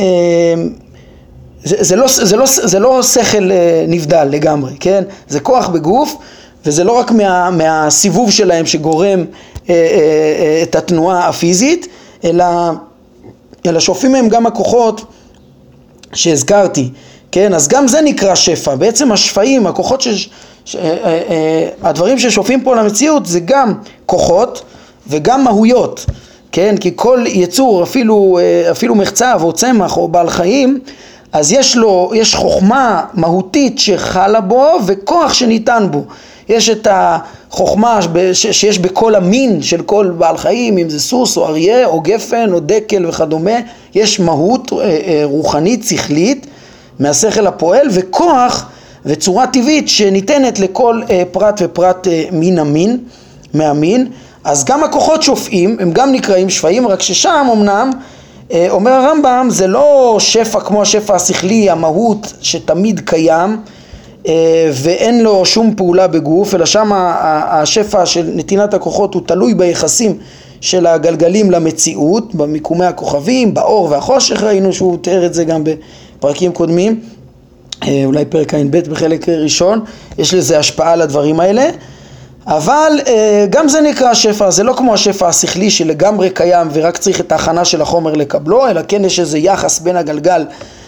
זה לא שכל נבדל לגמרי, כן? זה כוח בגוף, וזה לא רק מהסיבוב שלהם שגורם את התנועה הפיזית, אלא שופעים מהם גם הכוחות שהזכרתי, כן? אז גם זה נקרא שפע. בעצם השפעים, הכוחות הדברים ששופעים פה למציאות זה גם כוחות וגם מהויות, כן? כי כל יצור, אפילו מחצב או צמח או בעל חיים, אז יש חוכמה מהותית שחלה בו וכוח שניתן בו. יש את החוכמה שיש בכל המין של כל בעל חיים, אם זה סוס או אריה או גפן או דקל וכדומה, יש מהות רוחנית שכלית מהשכל הפועל וכוח, וצורה טבעית שניתנת לכל פרט ופרט מן המין, מהמין. אז גם הכוחות שופעים, הם גם נקראים שפעים, רק ששם אמנם, אומר הרמב"ם, זה לא שפע כמו השפע השכלי, המהות שתמיד קיים, ואין לו שום פעולה בגוף, אלא שם השפע של נתינת הכוחות הוא תלוי ביחסים של הגלגלים למציאות, במיקומי הכוכבים, באור והחושך, ראינו שהוא תיאר את זה גם בפרקים קודמים, אולי פרק ע"ב בחלק ראשון, יש לזה השפעה על הדברים האלה, אבל גם זה נקרא שפע, זה לא כמו השפע השכלי שלגמרי קיים ורק צריך את ההכנה של החומר לקבלו, אלא כן יש איזה יחס בין הגלגל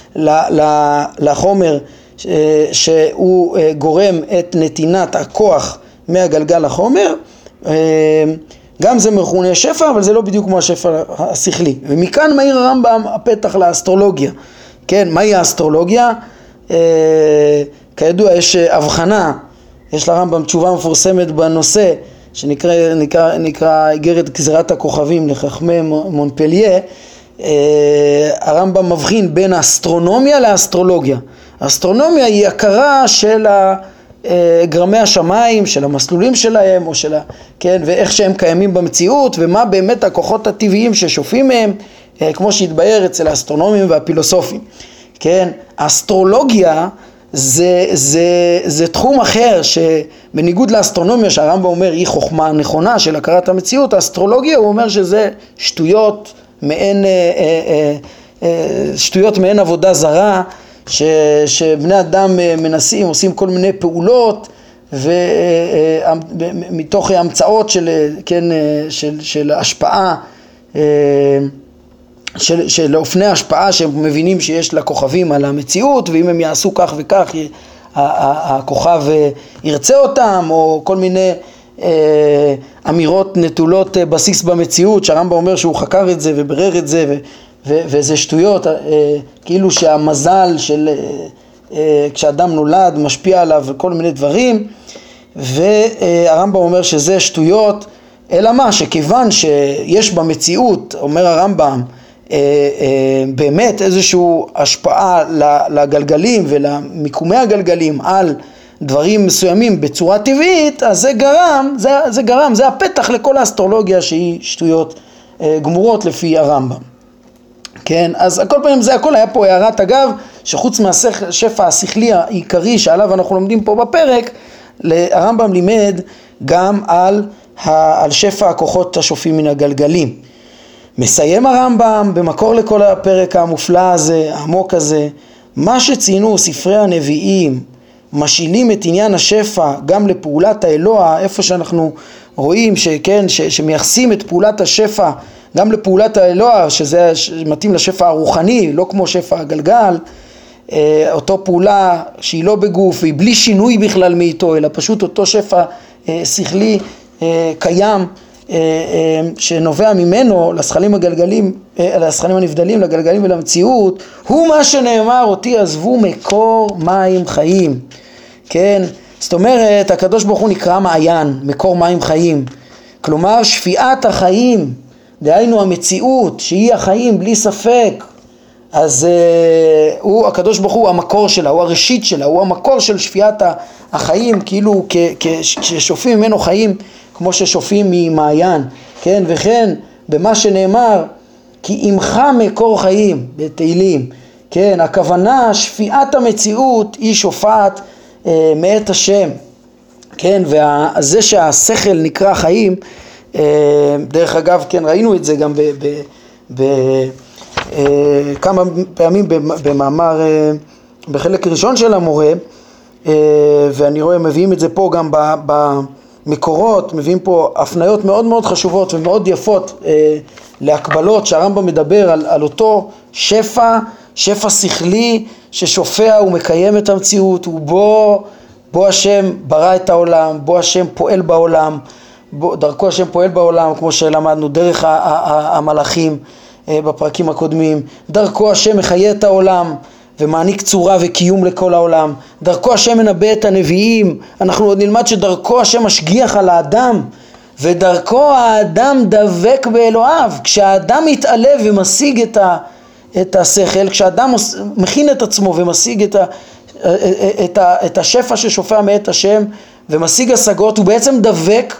לחומר שהוא גורם את נתינת הכוח מהגלגל לחומר, גם זה מכונה שפע, אבל זה לא בדיוק כמו השפע השכלי. ומכאן מאיר הרמב"ם הפתח לאסטרולוגיה. כן, מהי האסטרולוגיה? כידוע יש הבחנה, יש לרמב"ם תשובה מפורסמת בנושא שנקרא איגרת גזירת הכוכבים לחכמי מונפליה. הרמב"ם מבחין בין האסטרונומיה לאסטרולוגיה. האסטרונומיה היא הכרה של גרמי השמיים, של המסלולים שלהם, או של כן, ואיך שהם קיימים במציאות, ומה באמת הכוחות הטבעיים ששופעים מהם, כמו שהתבהר אצל האסטרונומים והפילוסופים. כן, האסטרולוגיה זה תחום אחר שבניגוד לאסטרונומיה שהרמב"ם אומר היא חוכמה נכונה של הכרת המציאות, האסטרולוגיה הוא אומר שזה שטויות מעין עבודה זרה, שבני אדם מנסים, עושים כל מיני פעולות ומתוך המצאות של השפעה, של אופני השפעה שהם מבינים שיש לכוכבים על המציאות, ואם הם יעשו כך וכך הכוכב ירצה אותם, או כל מיני אמירות נטולות בסיס במציאות, שהרמב"ם אומר שהוא חקר את זה וברר את זה, וזה שטויות, כאילו שהמזל של כשאדם נולד משפיע עליו וכל מיני דברים, והרמב"ם אומר שזה שטויות, אלא מה? שכיוון שיש במציאות, אומר הרמב"ם, באמת איזושהי השפעה לגלגלים ולמיקומי הגלגלים על דברים מסוימים בצורה טבעית, אז זה הפתח לכל האסטרולוגיה שהיא שטויות גמורות לפי הרמב"ם. כן, אז כל פעמים זה הכל היה פה הערת אגב, שחוץ מהשפע השכלי העיקרי שעליו אנחנו לומדים פה בפרק, הרמב"ם לימד גם על שפע הכוחות השופעים מן הגלגלים. מסיים הרמב"ם במקור לכל הפרק המופלא הזה, העמוק הזה, מה שציינו ספרי הנביאים, משאילים את עניין השפע גם לפעולת האלוה, איפה שאנחנו רואים שמייחסים את פעולת השפע גם לפעולת האלוה, שזה מתאים לשפע הרוחני, לא כמו שפע הגלגל, אותו פעולה שהיא לא בגוף, והיא בלי שינוי בכלל מאיתו, אלא פשוט אותו שפע שכלי קיים, שנובע ממנו לשכלים הנבדלים, לגלגלים ולמציאות, הוא מה שנאמר, אותי עזבו מקור מים חיים. כן, זאת אומרת, הקדוש ברוך הוא נקרא מעיין, מקור מים חיים. כלומר, שפיעת החיים, דהיינו המציאות, שהיא החיים בלי ספק, אז הקדוש ברוך הוא המקור שלה, הוא הראשית שלה, הוא המקור של שפיעת החיים, כאילו כששופעים ממנו חיים, כמו ששופעים ממעיין, כן, וכן במה שנאמר, כי עמך מקור חיים, בתהילים, כן, הכוונה, שפיעת המציאות היא שופעת מאת השם, כן, וזה שהשכל נקרא חיים, דרך אגב, כן, ראינו את זה גם כמה פעמים במאמר, בחלק ראשון של המורה, ואני רואה מביאים את זה פה גם במקורות, מביאים פה הפניות מאוד מאוד חשובות ומאוד יפות להקבלות שהרמב"ם מדבר על אותו שפע שכלי ששופע ומקיים את המציאות, בו השם ברא את העולם, בו השם פועל בעולם, דרכו השם פועל בעולם, כמו שלמדנו, דרך המלאכים בפרקים הקודמים, דרכו השם מחיה את העולם ומעניק צורה וקיום לכל העולם, דרכו השם מנבא את הנביאים, אנחנו עוד נלמד שדרכו השם משגיח על האדם, ודרכו האדם דבק באלוהיו. כשהאדם מתעלה ומשיג את השכל, כשהאדם מכין את עצמו ומשיג את השפע ששופע מאת השם ומשיג השגות, הוא בעצם דבק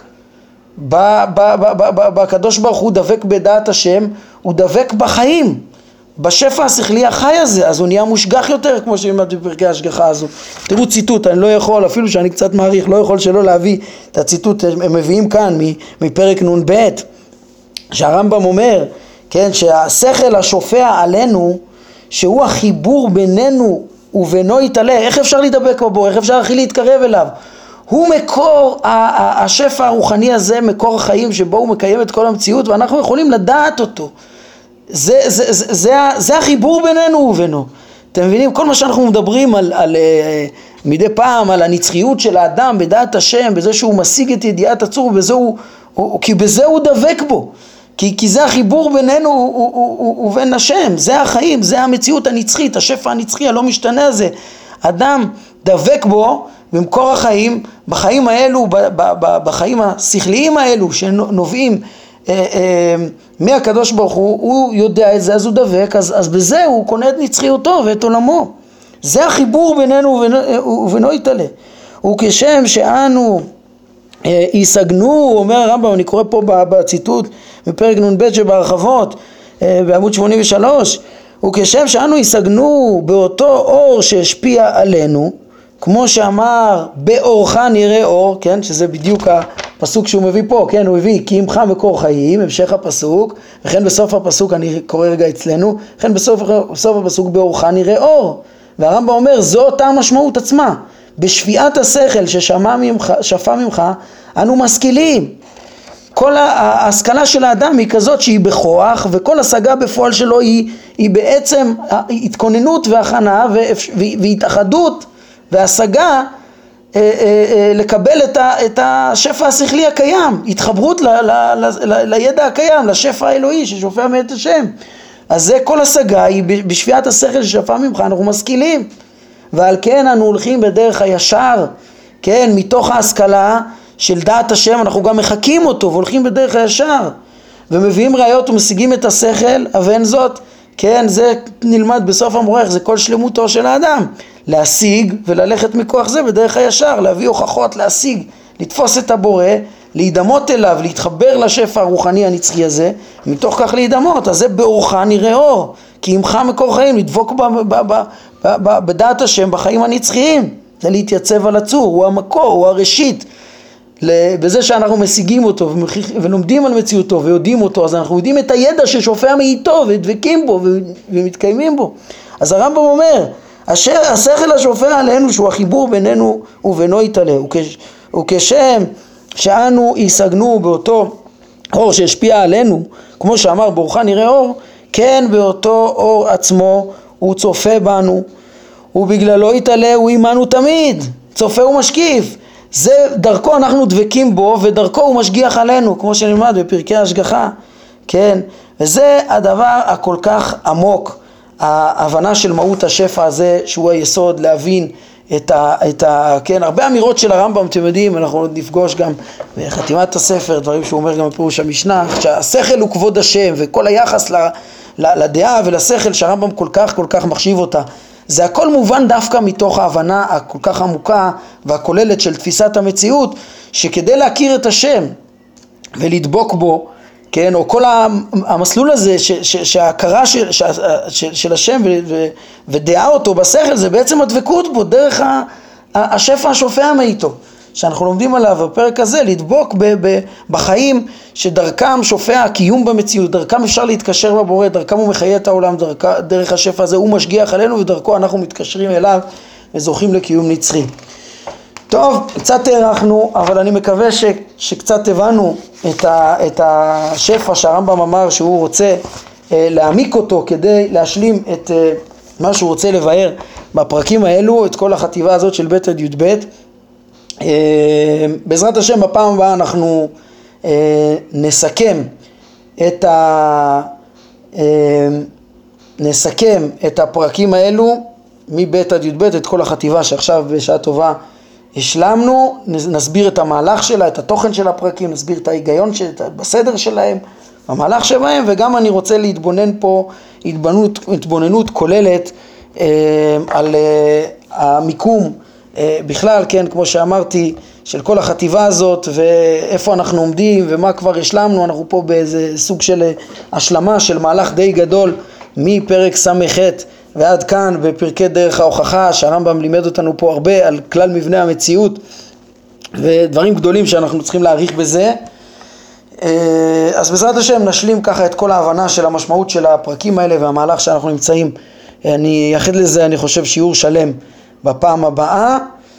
בקדוש ברוך הוא, דבק בדעת השם, הוא דבק בחיים, בשפע השכלי החי הזה, אז הוא נהיה מושגח יותר, כמו שלמדתי בפרקי ההשגחה הזו. תראו ציטוט, אני לא יכול, אפילו שאני קצת מעריך, לא יכול שלא להביא את הציטוט, הם מביאים כאן מפרק נ"ב, שהרמב"ם אומר, כן, שהשכל השופע עלינו, שהוא החיבור בינינו ובינו יתעלה, איך אפשר להידבק בו, איך אפשר הכי להתקרב אליו? הוא מקור, השפע הרוחני הזה, מקור החיים שבו הוא מקיים את כל המציאות, ואנחנו יכולים לדעת אותו. זה החיבור בינינו ובינו. אתם מבינים? כל מה שאנחנו מדברים מדי פעם על הנצחיות של האדם בדעת השם, בזה שהוא משיג את ידיעת הצור, כי בזה הוא דבק בו. כי זה החיבור בינינו ובין השם, זה החיים, זה המציאות הנצחית, השפע הנצחי הלא משתנה הזה. אדם דבק בו במקור החיים, בחיים האלו, בחיים השכליים האלו שנובעים מהקדוש ברוך הוא יודע את זה, אז הוא דבק, אז בזה הוא קונה את נצחיותו ואת עולמו. זה החיבור בינינו ובינו יתעלה. וכשם שאנו יסגנו, אומר הרמב"ם, אני קורא פה בציטוט מפרק נ"ב שבהרחבות בעמוד 83, וכשם שאנו יסגנו באותו אור שהשפיע עלינו, כמו שאמר באורך נראה אור, כן, שזה בדיוק הפסוק שהוא מביא פה, כן, הוא הביא כי עמך מקור חיים, המשך הפסוק, וכן בסוף הפסוק, אני קורא רגע אצלנו, וכן בסוף הפסוק באורך נראה אור, והרמב"ם אומר זו אותה המשמעות עצמה, בשפיעת השכל ששפע ממך אנו משכילים. כל ההשכלה של האדם היא כזאת שהיא בכוח, וכל השגה בפועל שלו היא בעצם התכוננות והכנה והתאחדות והשגה לקבל את השפע השכלי הקיים, התחברות לידע הקיים, לשפע האלוהי ששופע מאת השם. אז זה כל השגה היא בשפיעת השכל ששפע ממך אנחנו משכילים, ועל כן אנו הולכים בדרך הישר, כן, מתוך ההשכלה של דעת השם אנחנו גם מחקים אותו והולכים בדרך הישר ומביאים ראיות ומשיגים את השכל, אבל אין זאת, כן, זה נלמד בסוף המורה, זה כל שלמותו של האדם, להשיג וללכת מכוח זה בדרך הישר, להביא הוכחות, להשיג, לתפוס את הבורא, להידמות אליו, להתחבר לשפע הרוחני הנצחי הזה, מתוך כך להידמות. אז זה באורך נראה אור, כי עמך מקור חיים, לדבוק בדעת השם בחיים הנצחיים, זה להתייצב על הצור, הוא המקור, הוא הראשית. בזה שאנחנו משיגים אותו ולומדים על מציאותו ויודעים אותו, אז אנחנו יודעים את הידע ששופע מאיתו ודבקים בו ומתקיימים בו. אז הרמב"ם אומר, השכל השופע עלינו שהוא החיבור בינינו ובינו יתעלה, וכשם שאנו ישגנו באותו אור שהשפיע עלינו, כמו שאמר באורך נראה אור, כן באותו אור עצמו הוא צופה בנו, ובגללו יתעלה הוא עמנו תמיד, צופה ומשקיף. זה דרכו אנחנו דבקים בו ודרכו הוא משגיח עלינו, כמו שנלמד בפרקי ההשגחה, כן? וזה הדבר הכל כך עמוק, ההבנה של מהות השפע הזה שהוא היסוד, להבין כן, הרבה אמירות של הרמב"ם, אתם יודעים, אנחנו נפגוש גם בחתימת הספר, דברים שהוא אומר גם בפירוש המשנה, שהשכל הוא כבוד השם, וכל היחס לדעה ולשכל שהרמב"ם כל כך מחשיב אותה, זה הכל מובן דווקא מתוך ההבנה הכל כך עמוקה והכוללת של תפיסת המציאות, שכדי להכיר את השם ולדבוק בו, כן, או כל המסלול הזה שההכרה של השם ודעה אותו בשכל, זה בעצם הדבקות בו דרך השפע השופע מאיתו, שאנחנו לומדים עליו בפרק הזה, לדבוק בחיים שדרכם שופע הקיום במציאות, דרכם אפשר להתקשר בבורא, דרכם הוא מחיה את העולם, דרך השפע הזה הוא משגיח עלינו ודרכו אנחנו מתקשרים אליו וזוכים לקיום נצחי. טוב, קצת הערכנו, אבל אני מקווה שקצת הבנו את השפע שהרמב"ם אמר שהוא רוצה להעמיק אותו כדי להשלים את מה שהוא רוצה לבאר בפרקים האלו, את כל החטיבה הזאת של ב' עד י"ב. בעזרת השם בפעם הבאה אנחנו נסכם את הפרקים האלו מב' עד י"ב, את כל החטיבה שעכשיו בשעה טובה השלמנו, נסביר את המהלך שלה, את התוכן של הפרקים, נסביר את ההיגיון בסדר שלהם, המהלך שבהם, וגם אני רוצה להתבונן פה התבוננות כוללת על המיקום בכלל, כן, כמו שאמרתי, של כל החטיבה הזאת ואיפה אנחנו עומדים ומה כבר השלמנו. אנחנו פה באיזה סוג של השלמה של מהלך די גדול מפרק ס"ח ועד כאן בפרקי דרך ההוכחה, שהרמב"ם לימד אותנו פה הרבה על כלל מבנה המציאות ודברים גדולים שאנחנו צריכים להעריך בזה. אז בעזרת השם נשלים ככה את כל ההבנה של המשמעות של הפרקים האלה והמהלך שאנחנו נמצאים. אני אייחד לזה, אני חושב, שיעור שלם בפעם הבאה.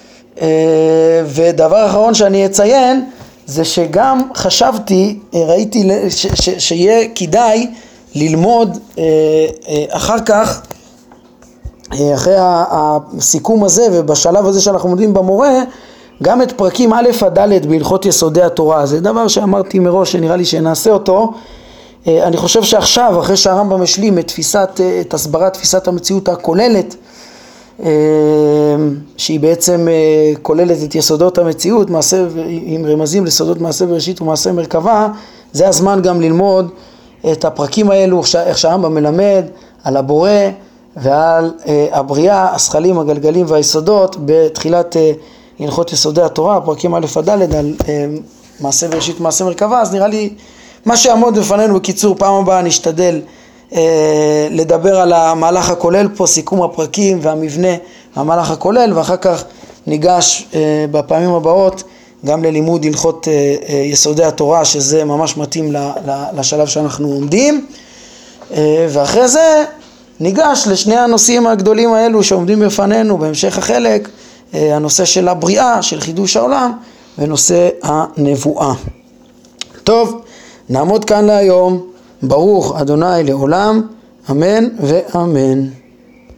ודבר אחרון שאני אציין זה שגם חשבתי, ראיתי שיהיה כדאי ללמוד אחר כך, אחרי הסיכום הזה ובשלב הזה שאנחנו לומדים במורה, גם את פרקים א' עד ד' בהלכות יסודי התורה. זה דבר שאמרתי מראש שנראה לי שנעשה אותו. אני חושב שעכשיו, אחרי שהרמב"ם משלים את הסברת תפיסת המציאות הכוללת, שהיא בעצם כוללת את יסודות המציאות, מעשה עם רמזים לסודות מעשה בראשית ומעשה מרכבה, זה הזמן גם ללמוד את הפרקים האלו, איך שהרמב"ם מלמד על הבורא ועל הבריאה, השכלים, הגלגלים והיסודות בתחילת הלכות יסודי התורה, פרקים א' עד ד' על מעשה בראשית ומעשה מרכבה. אז נראה לי מה שיעמוד בפנינו בקיצור, פעם הבאה נשתדל לדבר על המהלך הכולל פה, סיכום הפרקים והמבנה המהלך הכולל, ואחר כך ניגש בפעמים הבאות גם ללימוד הלכות יסודי התורה, שזה ממש מתאים לשלב שאנחנו עומדים, ואחרי זה ניגש לשני הנושאים הגדולים האלו שעומדים בפנינו בהמשך החלק, הנושא של הבריאה, של חידוש העולם, ונושא הנבואה. טוב, נעמוד כאן להיום. ברוך אדוני לעולם, אמן ואמן.